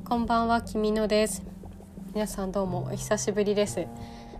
こんばんは、きみのです。皆さんどうもお久しぶりです。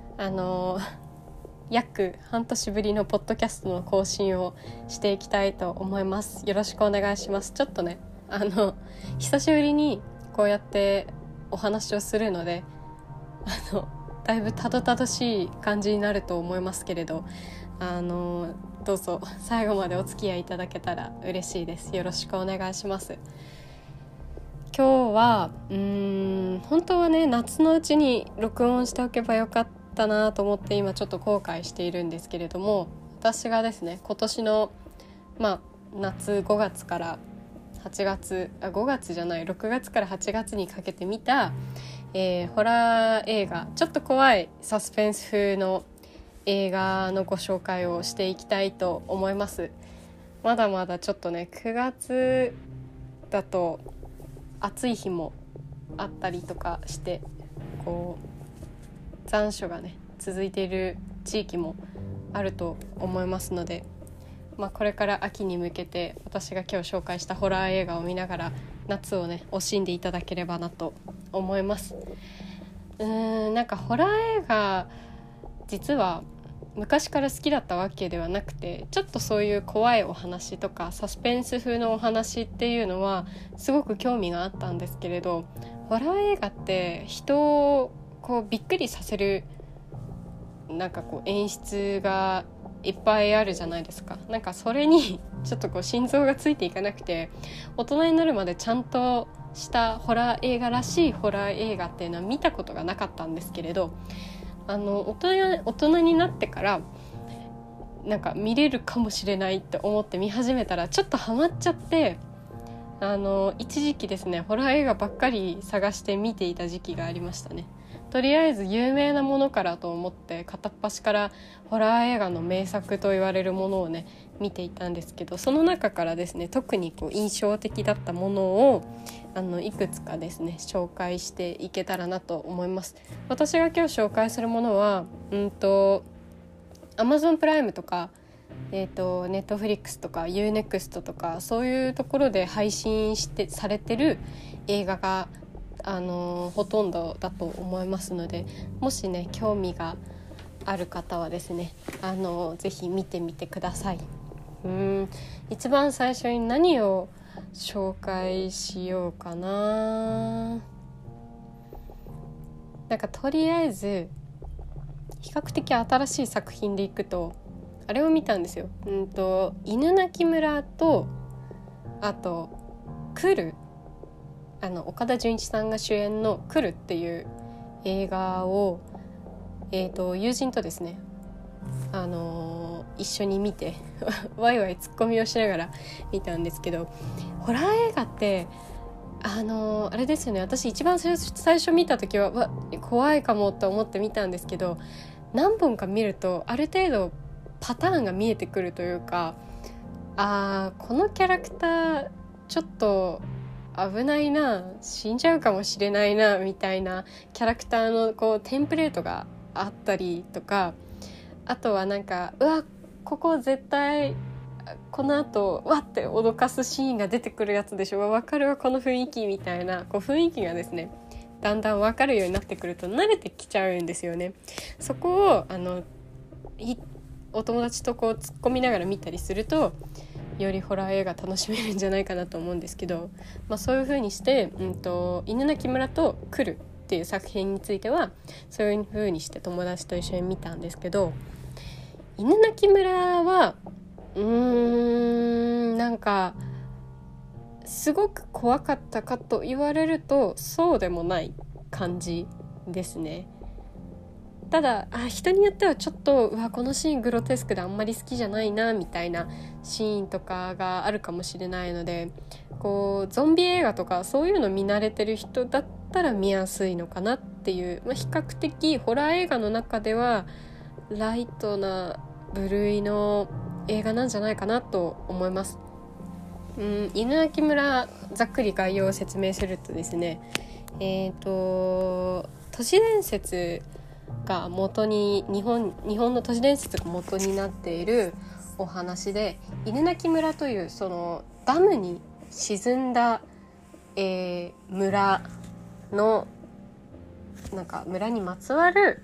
約半年ぶりのポッドキャストの更新をしていきたいと思います。よろしくお願いします。ちょっとね、久しぶりにこうやってお話をするので、だいぶたどたどしい感じになると思いますけれど、どうぞ最後までお付き合いいただけたら嬉しいです。よろしくお願いします。今日は本当はね、夏のうちに録音しておけばよかったなと思って今ちょっと後悔しているんですけれども、私がですね、今年の夏5月から8月5月じゃない6月から8月にかけて見た、ホラー映画、ちょっと怖いサスペンス風の映画のご紹介をしていきたいと思います。まだまだちょっとね、9月だと暑い日もあったりとかして、こう残暑がね続いている地域もあると思いますので、これから秋に向けて私が今日紹介したホラー映画を見ながら夏をね惜しんでいただければなと思います。なんかホラー映画実は昔から好きだったわけではなくて、ちょっとそういう怖いお話とかサスペンス風のお話っていうのはすごく興味があったんですけれど、ホラー映画って人をこうびっくりさせるなんかこう演出がいっぱいあるじゃないですか。なんかそれにちょっとこう心臓がついていかなくて、大人になるまでちゃんとしたホラー映画らしいホラー映画っていうのは見たことがなかったんですけれど、大人になってからなんか見れるかもしれないって思って見始めたらちょっとハマっちゃって、一時期ですね、ホラー映画ばっかり探して見ていた時期がありましたね。とりあえず有名なものからと思って片っ端からホラー映画の名作と言われるものをね見ていたんですけど、その中からですね、特にこう印象的だったものをいくつかですね紹介していけたらなと思います。私が今日紹介するものはAmazon プライムとかNetflix とか Unext とかそういうところで配信されてる映画がほとんどだと思いますので、もしね興味がある方はですねぜひ見てみてください。一番最初に何を紹介しようかな。なんかとりあえず比較的新しい作品でいくとあれを見たんですよ。犬鳴村とあと来る、岡田准一さんが主演の来るっていう映画を、友人とですね、一緒に見てワイワイツッコミをしながら見たんですけど、ホラー映画ってあれですよね、私一番最初見た時は怖いかもと思って見たんですけど、何本か見るとある程度パターンが見えてくるというか、このキャラクターちょっと危ないな、死んじゃうかもしれないなみたいなキャラクターのこうテンプレートがあったりとか、あとはなんかここ絶対この後わって脅かすシーンが出てくるやつでしょ、分かるわこの雰囲気みたいなこう雰囲気がですねだんだん分かるようになってくると慣れてきちゃうんですよね。そこをお友達とこう突っ込みながら見たりするとよりホラー映画楽しめるんじゃないかなと思うんですけど、そういう風にして、犬鳴村と来るっていう作品についてはそういう風にして友達と一緒に見たんですけど、犬鳴村はなんかすごく怖かったかと言われるとそうでもない感じですね。ただ人によってはちょっとこのシーングロテスクであんまり好きじゃないなみたいなシーンとかがあるかもしれないので、こうゾンビ映画とかそういうの見慣れてる人だったら見やすいのかなっていう、比較的ホラー映画の中ではライトな部類の映画なんじゃないかなと思います。犬鳴村、ざっくり概要を説明するとですね、都市伝説が元に日本の都市伝説が元になっているお話で、犬鳴村というそのダムに沈んだ、村のなんか村にまつわる、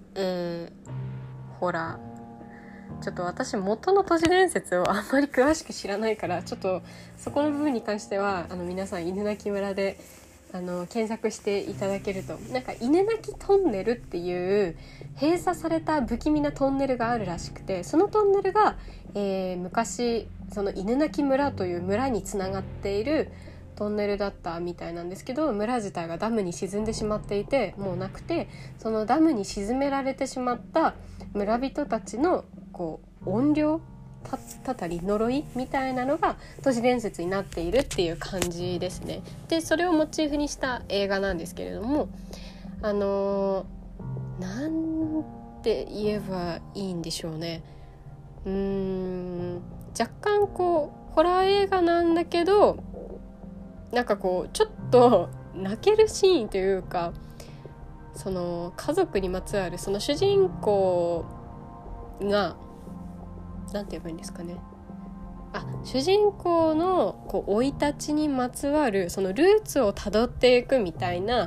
ホラー。ちょっと私元の都市伝説をあんまり詳しく知らないから、ちょっとそこの部分に関しては皆さん犬鳴村で検索していただけると、なんか犬鳴トンネルっていう閉鎖された不気味なトンネルがあるらしくて、そのトンネルが、昔その犬鳴村という村につながっているトンネルだったみたいなんですけど、村自体がダムに沈んでしまっていてもうなくて、そのダムに沈められてしまった村人たちのこう怨霊たたり呪いみたいなのが都市伝説になっているっていう感じですね。でそれをモチーフにした映画なんですけれども、なんて言えばいいんでしょうね。若干こうホラー映画なんだけど、なんかこうちょっと泣けるシーンというか、その家族にまつわるその主人公がなんて言えばいいんですかね、主人公のこう生い立ちにまつわるそのルーツをたどっていくみたいな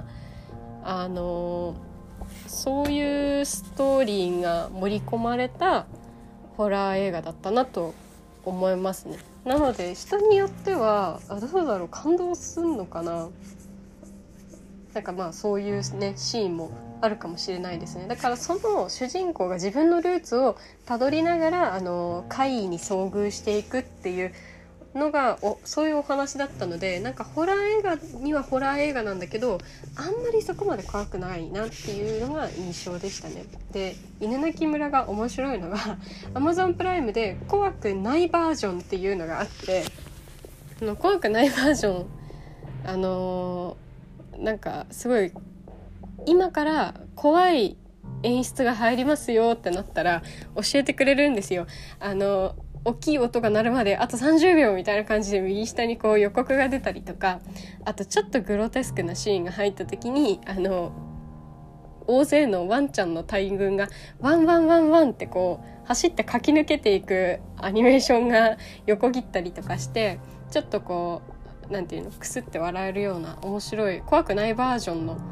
そういうストーリーが盛り込まれたホラー映画だったなと思いますね。なので人によってはどうだろう、感動するのかな、なんかまあそういうねシーンもあるかもしれないですね。だからその主人公が自分のルーツをたどりながら怪異に遭遇していくっていうのがそういうお話だったので、なんかホラー映画にはホラー映画なんだけど、あんまりそこまで怖くないなっていうのが印象でしたね。で犬鳴村が面白いのがAmazon プライムで怖くないバージョンっていうのがあって、怖くないバージョンなんかすごい今から怖い演出が入りますよってなったら教えてくれるんですよ。大きい音が鳴るまであと30秒みたいな感じで右下にこう予告が出たりとか、あとちょっとグロテスクなシーンが入った時に大勢のワンちゃんの大群がワンワンワンワンってこう走って駆け抜けていくアニメーションが横切ったりとかして、ちょっとこうなんていうの、クスって笑えるような面白い怖くないバージョンの、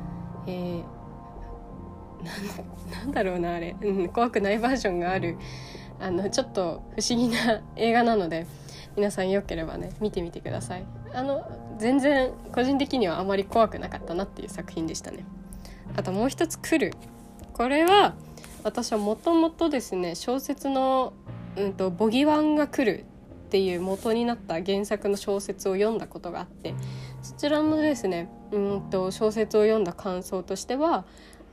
なんだろうなあれ、怖くないバージョンがあるちょっと不思議な映画なので、皆さんよければね見てみてください。全然個人的にはあまり怖くなかったなっていう作品でしたね。あともう一つ来る、これは私はもともとですね小説の、ボギワンが来るっていう元になった原作の小説を読んだことがあって、そちらのですね小説を読んだ感想としては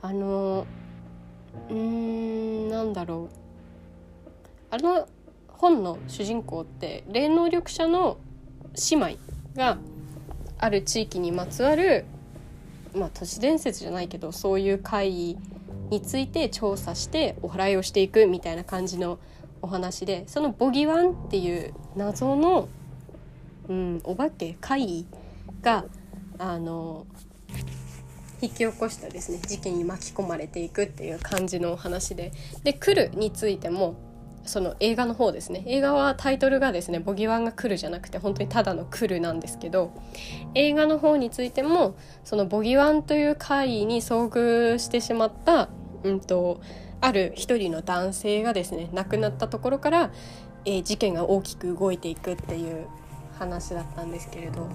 なんだろう、本の主人公って霊能力者の姉妹がある地域にまつわる、都市伝説じゃないけどそういう怪異について調査してお祓いをしていくみたいな感じのお話で、そのボギワンっていう謎の、お化け怪異が引き起こしたですね事件に巻き込まれていくっていう感じのお話で、来るについてもその映画の方ですね、映画はタイトルがですねボギワンが来るじゃなくて本当にただの来るなんですけど、映画の方についてもそのボギワンという怪異に遭遇してしまったある一人の男性がですね亡くなったところから、事件が大きく動いていくっていう話だったんですけれど、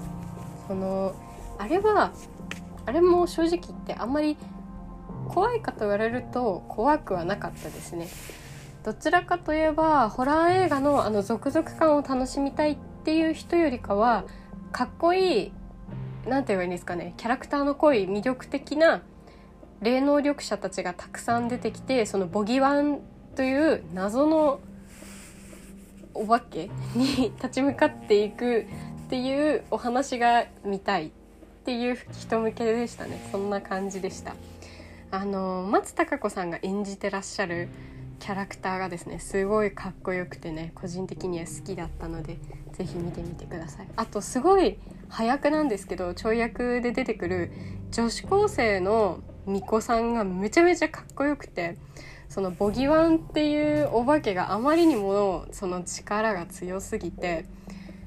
あれも正直言ってあんまり怖いかと言われると怖くはなかったですね。どちらかといえばホラー映画の続々感を楽しみたいっていう人よりかは、かっこいい、なんて言えばいいんですかね、キャラクターの濃い魅力的な霊能力者たちがたくさん出てきて、そのボギワンという謎のお化けに立ち向かっていくっていうお話が見たいっていう人向けでしたね。そんな感じでした。松たか子さんが演じてらっしゃるキャラクターがですねすごいかっこよくてね、個人的には好きだったのでぜひ見てみてください。あとすごい早役なんですけど、ちょい役で出てくる女子高生の巫女さんがめちゃめちゃかっこよくて、そのボギワンっていうお化けがあまりにもその力が強すぎて、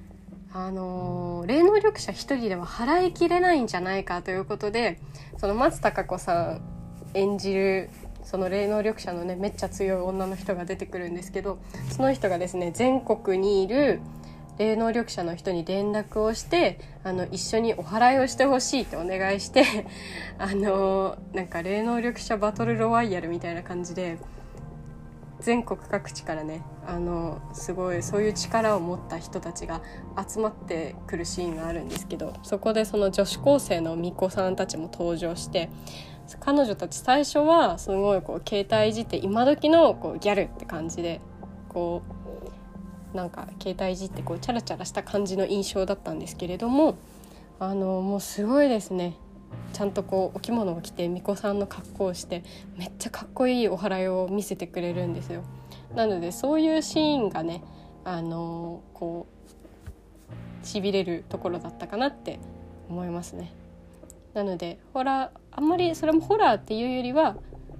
霊能力者一人では払いきれないんじゃないかということで、その松たか子さん演じるその霊能力者のねめっちゃ強い女の人が出てくるんですけど、その人がですね全国にいる霊能力者の人に連絡をして一緒にお祓いをしてほしいってお願いしてなんか霊能力者バトルロワイヤルみたいな感じで全国各地からねすごいそういう力を持った人たちが集まってくるシーンがあるんですけど、そこでその女子高生の巫女さんたちも登場して、彼女たち最初はすごいこう携帯いじって今時のこうギャルって感じでこうなんか携帯いじってこうチャラチャラした感じの印象だったんですけれども、もうすごいですね、ちゃんとこうお着物を着て巫女さんの格好をしてめっちゃかっこいいお祓いを見せてくれるんですよ。なのでそういうシーンがねこう痺れるところだったかなって思いますね。なのであんまりそれもホラーっていうよりは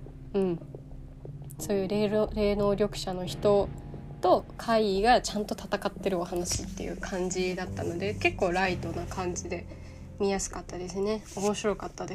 そういう霊能力者の人と怪異がちゃんと戦ってるお話っていう感じだったので、結構ライトな感じで見やすかったですね。面白かったです。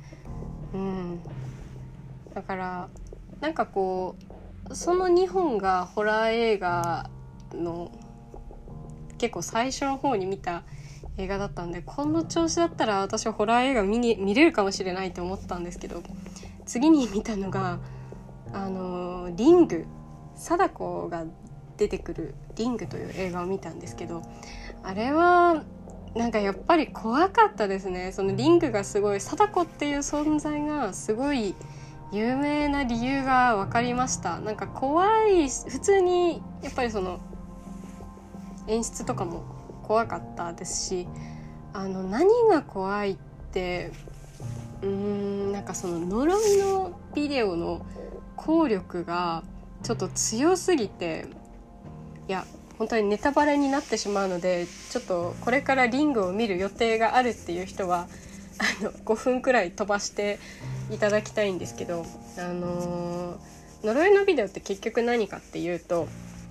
だからなんかこうその2本がホラー映画の結構最初の方に見た映画だったんで、この調子だったら私はホラー映画見れるかもしれないと思ったんですけど、次に見たのがリング、貞子が出てくるリングという映画を見たんですけど、あれはなんかやっぱり怖かったですね。そのリングがすごい貞子っていう存在がすごい有名な理由が分かりました。なんか怖い、普通にやっぱりその演出とかも怖かったですし、何が怖いってなんかその呪いのビデオの効力がちょっと強すぎて、いや本当にネタバレになってしまうので、ちょっとこれからリングを見る予定があるっていう人は5分くらい飛ばしていただきたいんですけど、呪いのビデオって結局何かっていうと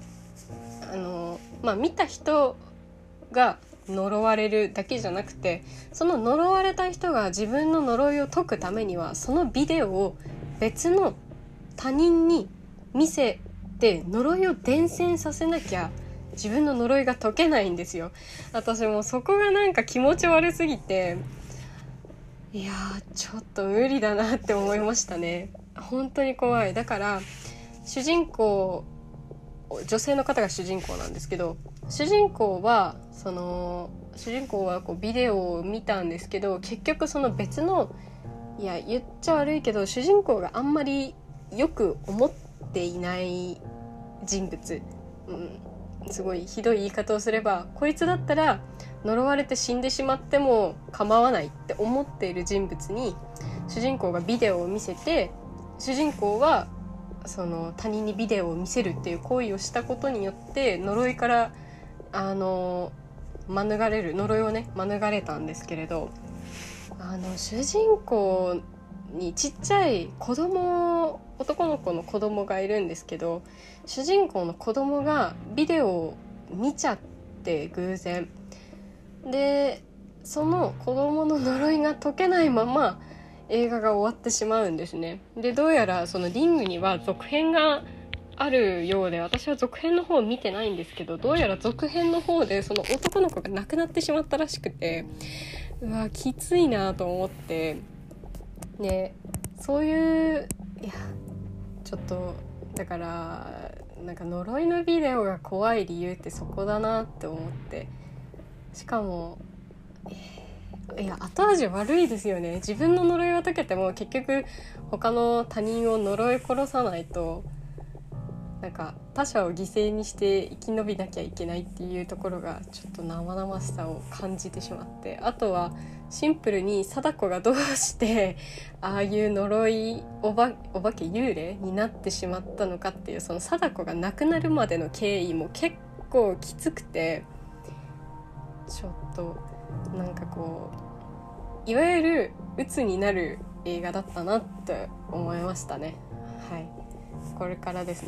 見た人が呪われるだけじゃなくて、その呪われた人が自分の呪いを解くためにはそのビデオを別の他人に見せて呪いを伝染させなきゃ自分の呪いが解けないんですよ。私もそこがなんか気持ち悪すぎて、いやちょっと無理だなって思いましたね。本当に怖い。だから主人公、女性の方が主人公なんですけど、主人公はこうビデオを見たんですけど、結局その別の、いや言っちゃ悪いけど主人公があんまりよく思っていない人物、すごいひどい言い方をすれば、こいつだったら呪われて死んでしまっても構わないって思っている人物に主人公がビデオを見せて、主人公はその他人にビデオを見せるっていう行為をしたことによって呪いから呪いをね免れたんですけれど、主人公にちっちゃい男の子の子供がいるんですけど、主人公の子供がビデオを見ちゃって偶然で、その子供の呪いが解けないまま映画が終わってしまうんですね。でどうやらそのリングには続編があるようで、私は続編の方を見てないんですけど、どうやら続編の方でその男の子が亡くなってしまったらしくて、うわきついなと思って、ね、そういうちょっとだからなんか呪いのビデオが怖い理由ってそこだなって思って、しかも後味悪いですよね。自分の呪いは解けても結局他の他人を呪い殺さないと、なんか他者を犠牲にして生き延びなきゃいけないっていうところがちょっと生々しさを感じてしまって、あとはシンプルに貞子がどうしてああいう呪いお化け幽霊になってしまったのかっていう、その貞子が亡くなるまでの経緯も結構きつくて、ちょっとなんかこういわゆる鬱になる映画だったなって思いましたね。はい、これからですね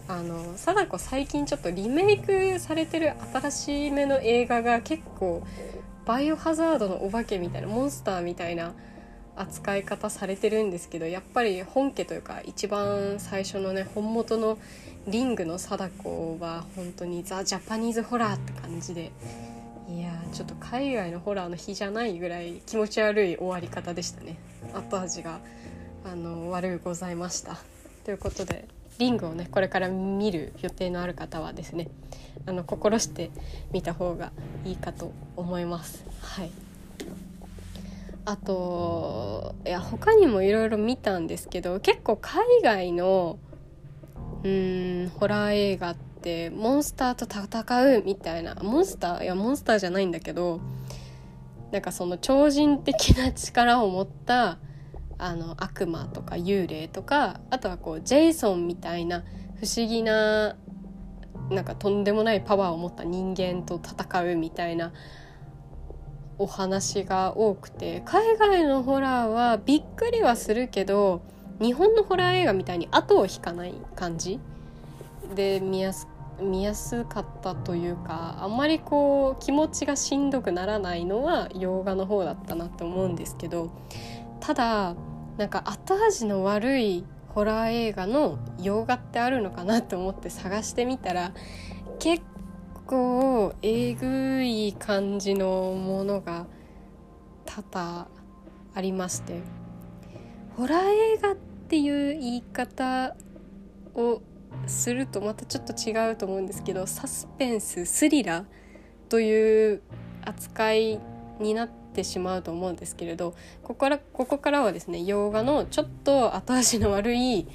貞子最近ちょっとリメイクされてる新しめの映画が結構バイオハザードのお化けみたいな、モンスターみたいな扱い方されてるんですけど、やっぱり本家というか一番最初のね、本元のリングの貞子は本当にザ・ジャパニーズホラーって感じで、いやちょっと海外のホラーの日じゃないぐらい気持ち悪い終わり方でしたね。後味が悪うございました。ということでリングをね、これから見る予定のある方はですね、心して見た方がいいかと思います。はい。あと他にもいろいろ見たんですけど、結構海外のホラー映画ってモンスターと戦うみたいな、モンスターじゃないんだけど、なんかその超人的な力を持った悪魔とか幽霊とか、あとはこうジェイソンみたいな不思議な、なんかとんでもないパワーを持った人間と戦うみたいなお話が多くて、海外のホラーはびっくりはするけど日本のホラー映画みたいに後を引かない感じで見やすかったというか、あんまりこう気持ちがしんどくならないのは洋画の方だったなって思うんですけど、ただなんか後味の悪いホラー映画の洋画ってあるのかなと思って探してみたら、結構えぐい感じのものが多々ありまして、ホラー映画っていう言い方をするとまたちょっと違うと思うんですけど、サスペンススリラーという扱いになってしまうと思うんですけれど、ここからはですね、洋画のちょっと後味の悪い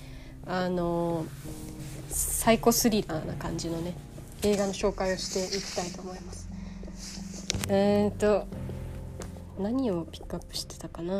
サイコスリラーな感じのね映画の紹介をしていきたいと思います。何をピックアップしてたかな。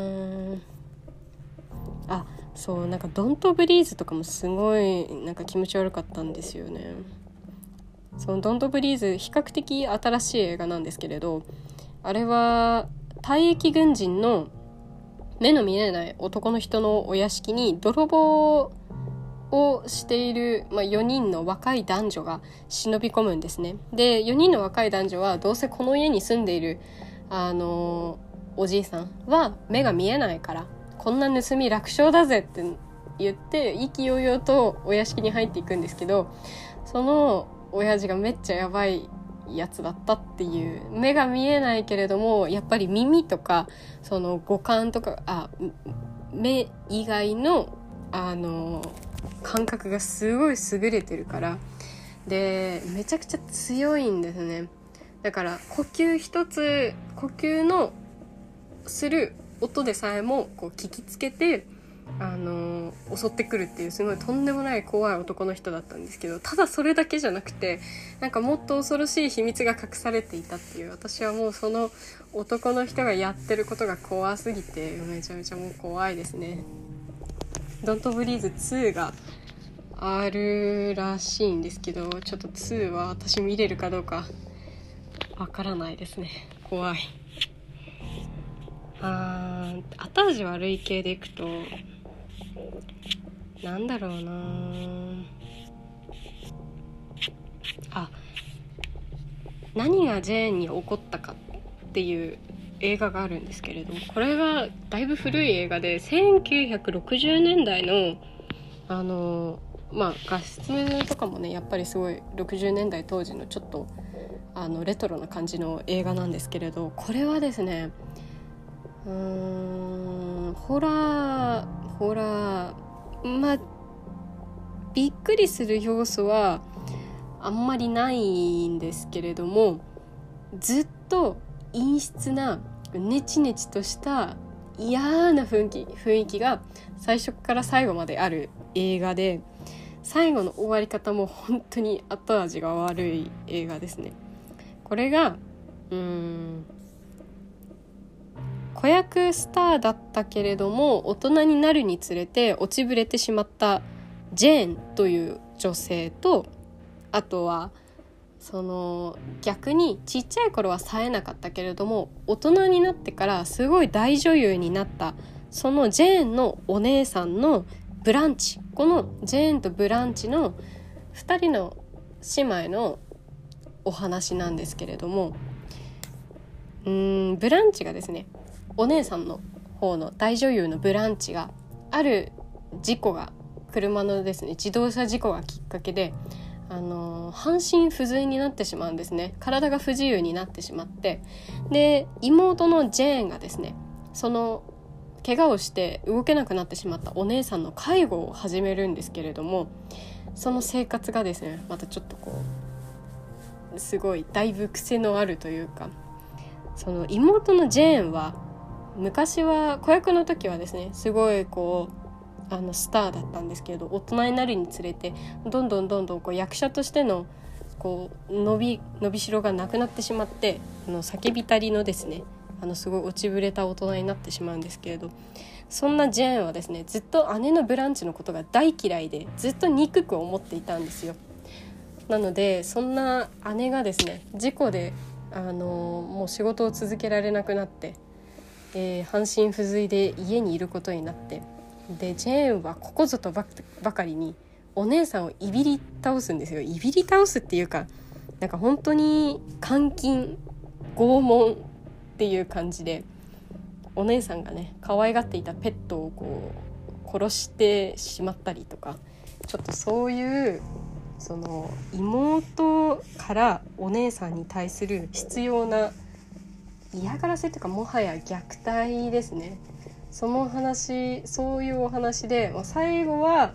そう、なんかドントブリーズとかもすごいなんか気持ち悪かったんですよね。そのドントブリーズ比較的新しい映画なんですけれど、あれは退役軍人の目の見えない男の人のお屋敷に泥棒をしている、4人の若い男女が忍び込むんですね。で4人の若い男女はどうせこの家に住んでいるおじいさんは目が見えないから、こんな盗み楽勝だぜって言って意気揚々とお屋敷に入っていくんですけど、その親父がめっちゃやばいやつだったっていう、目が見えないけれどもやっぱり耳とかその五感とか目以外の感覚がすごい優れてるから、でめちゃくちゃ強いんですね。だから呼吸のする音でさえもこう聞きつけて襲ってくるっていうすごいとんでもない怖い男の人だったんですけど、ただそれだけじゃなくてなんかもっと恐ろしい秘密が隠されていたっていう、私はもうその男の人がやってることが怖すぎてめちゃめちゃもう怖いですね。ドントブリーズ2があるらしいんですけど、ちょっと2は私見れるかどうかわからないですね。怖い。後味悪い系でいくとなんだろうな何がジェーンに起こったかっていう映画があるんですけれども、これがだいぶ古い映画で1960年代の画質とかもねやっぱりすごい60年代当時のちょっとレトロな感じの映画なんですけれど、これはですねホラーびっくりする要素はあんまりないんですけれども、ずっと陰湿なネチネチとした嫌な雰囲気が最初から最後まである映画で、最後の終わり方も本当に後味が悪い映画ですね。これが子役スターだったけれども大人になるにつれて落ちぶれてしまったジェーンという女性と、あとはその逆にちっちゃい頃は冴えなかったけれども大人になってからすごい大女優になったそのジェーンのお姉さんのブランチ、このジェーンとブランチの 2人の姉妹のお話なんですけれども、ブランチがですね、お姉さんの方の大女優のブランチがある事故が、車のですね自動車事故がきっかけで半身不随になってしまうんですね。体が不自由になってしまって、で妹のジェーンがですね、その怪我をして動けなくなってしまったお姉さんの介護を始めるんですけれども、その生活がですねまたちょっとすごいだいぶ癖のあるというか、その妹のジェーンは昔は子役の時はですねすごいスターだったんですけれど、大人になるにつれてどんどん役者としての伸びしろがなくなってしまって、叫びたりのですねすごい落ちぶれた大人になってしまうんですけれど、そんなジェーンはですねずっと姉のブランチのことが大嫌いで、ずっと憎く思っていたんですよ。なのでそんな姉がですね事故でもう仕事を続けられなくなって、半身不随で家にいることになって、でジェーンはここぞとばかりにお姉さんをいびり倒すんですよ。いびり倒すっていうか、なんか本当に監禁拷問っていう感じで、お姉さんがね可愛がっていたペットを殺してしまったりとか、ちょっとそういうその妹からお姉さんに対する必要な嫌がらせというか、もはや虐待ですね。そういうお話で、最後は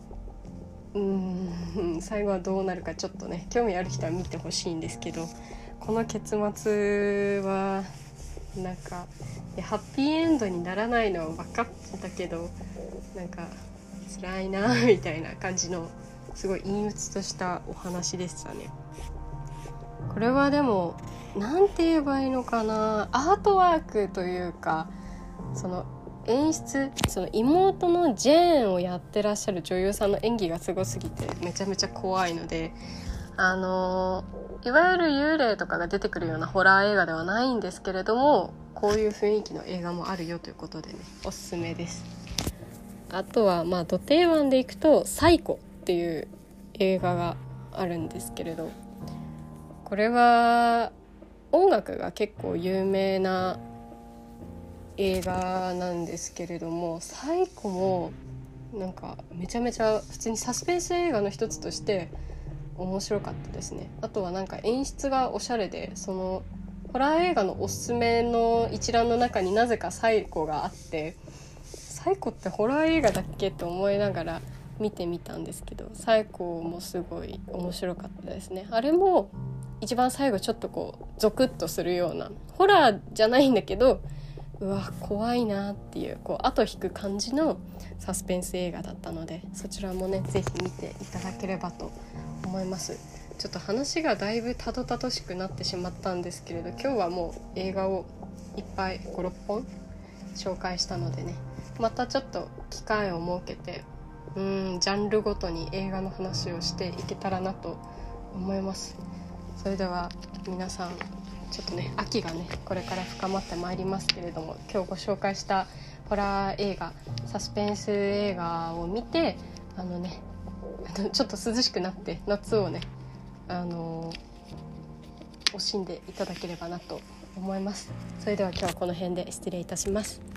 どうなるかちょっとね興味ある人は見てほしいんですけど、この結末はなんかハッピーエンドにならないのは分かったけど、なんか辛いなみたいな感じのすごい陰鬱としたお話でしたね。これはでもなんて言えばいいのかな、アートワークというか、その演出、その妹のジェーンをやってらっしゃる女優さんの演技がすごすぎてめちゃめちゃ怖いので、いわゆる幽霊とかが出てくるようなホラー映画ではないんですけれども、こういう雰囲気の映画もあるよということでね、おすすめです。あとはド定番でいくとサイコっていう映画があるんですけれど、これは音楽が結構有名な映画なんですけれども、サイコもなんかめちゃめちゃ普通にサスペンス映画の一つとして面白かったですね。あとはなんか演出がおしゃれで、そのホラー映画のおすすめの一覧の中になぜかサイコがあって、サイコってホラー映画だっけと思いながら見てみたんですけど、サイコもすごい面白かったですね。あれも一番最後ちょっとゾクッとするようなホラーじゃないんだけど、うわ怖いなっていう後引く感じのサスペンス映画だったので、そちらもねぜひ見ていただければと思います。ちょっと話がだいぶたどたどしくなってしまったんですけれど、今日はもう映画をいっぱい 5,6 本紹介したのでね、またちょっと機会を設けてジャンルごとに映画の話をしていけたらなと思います。それでは皆さん、ちょっとね秋がねこれから深まってまいりますけれども、今日ご紹介したホラー映画、サスペンス映画を見てちょっと涼しくなって夏をね惜しんでいただければなと思います。それでは今日はこの辺で失礼いたします。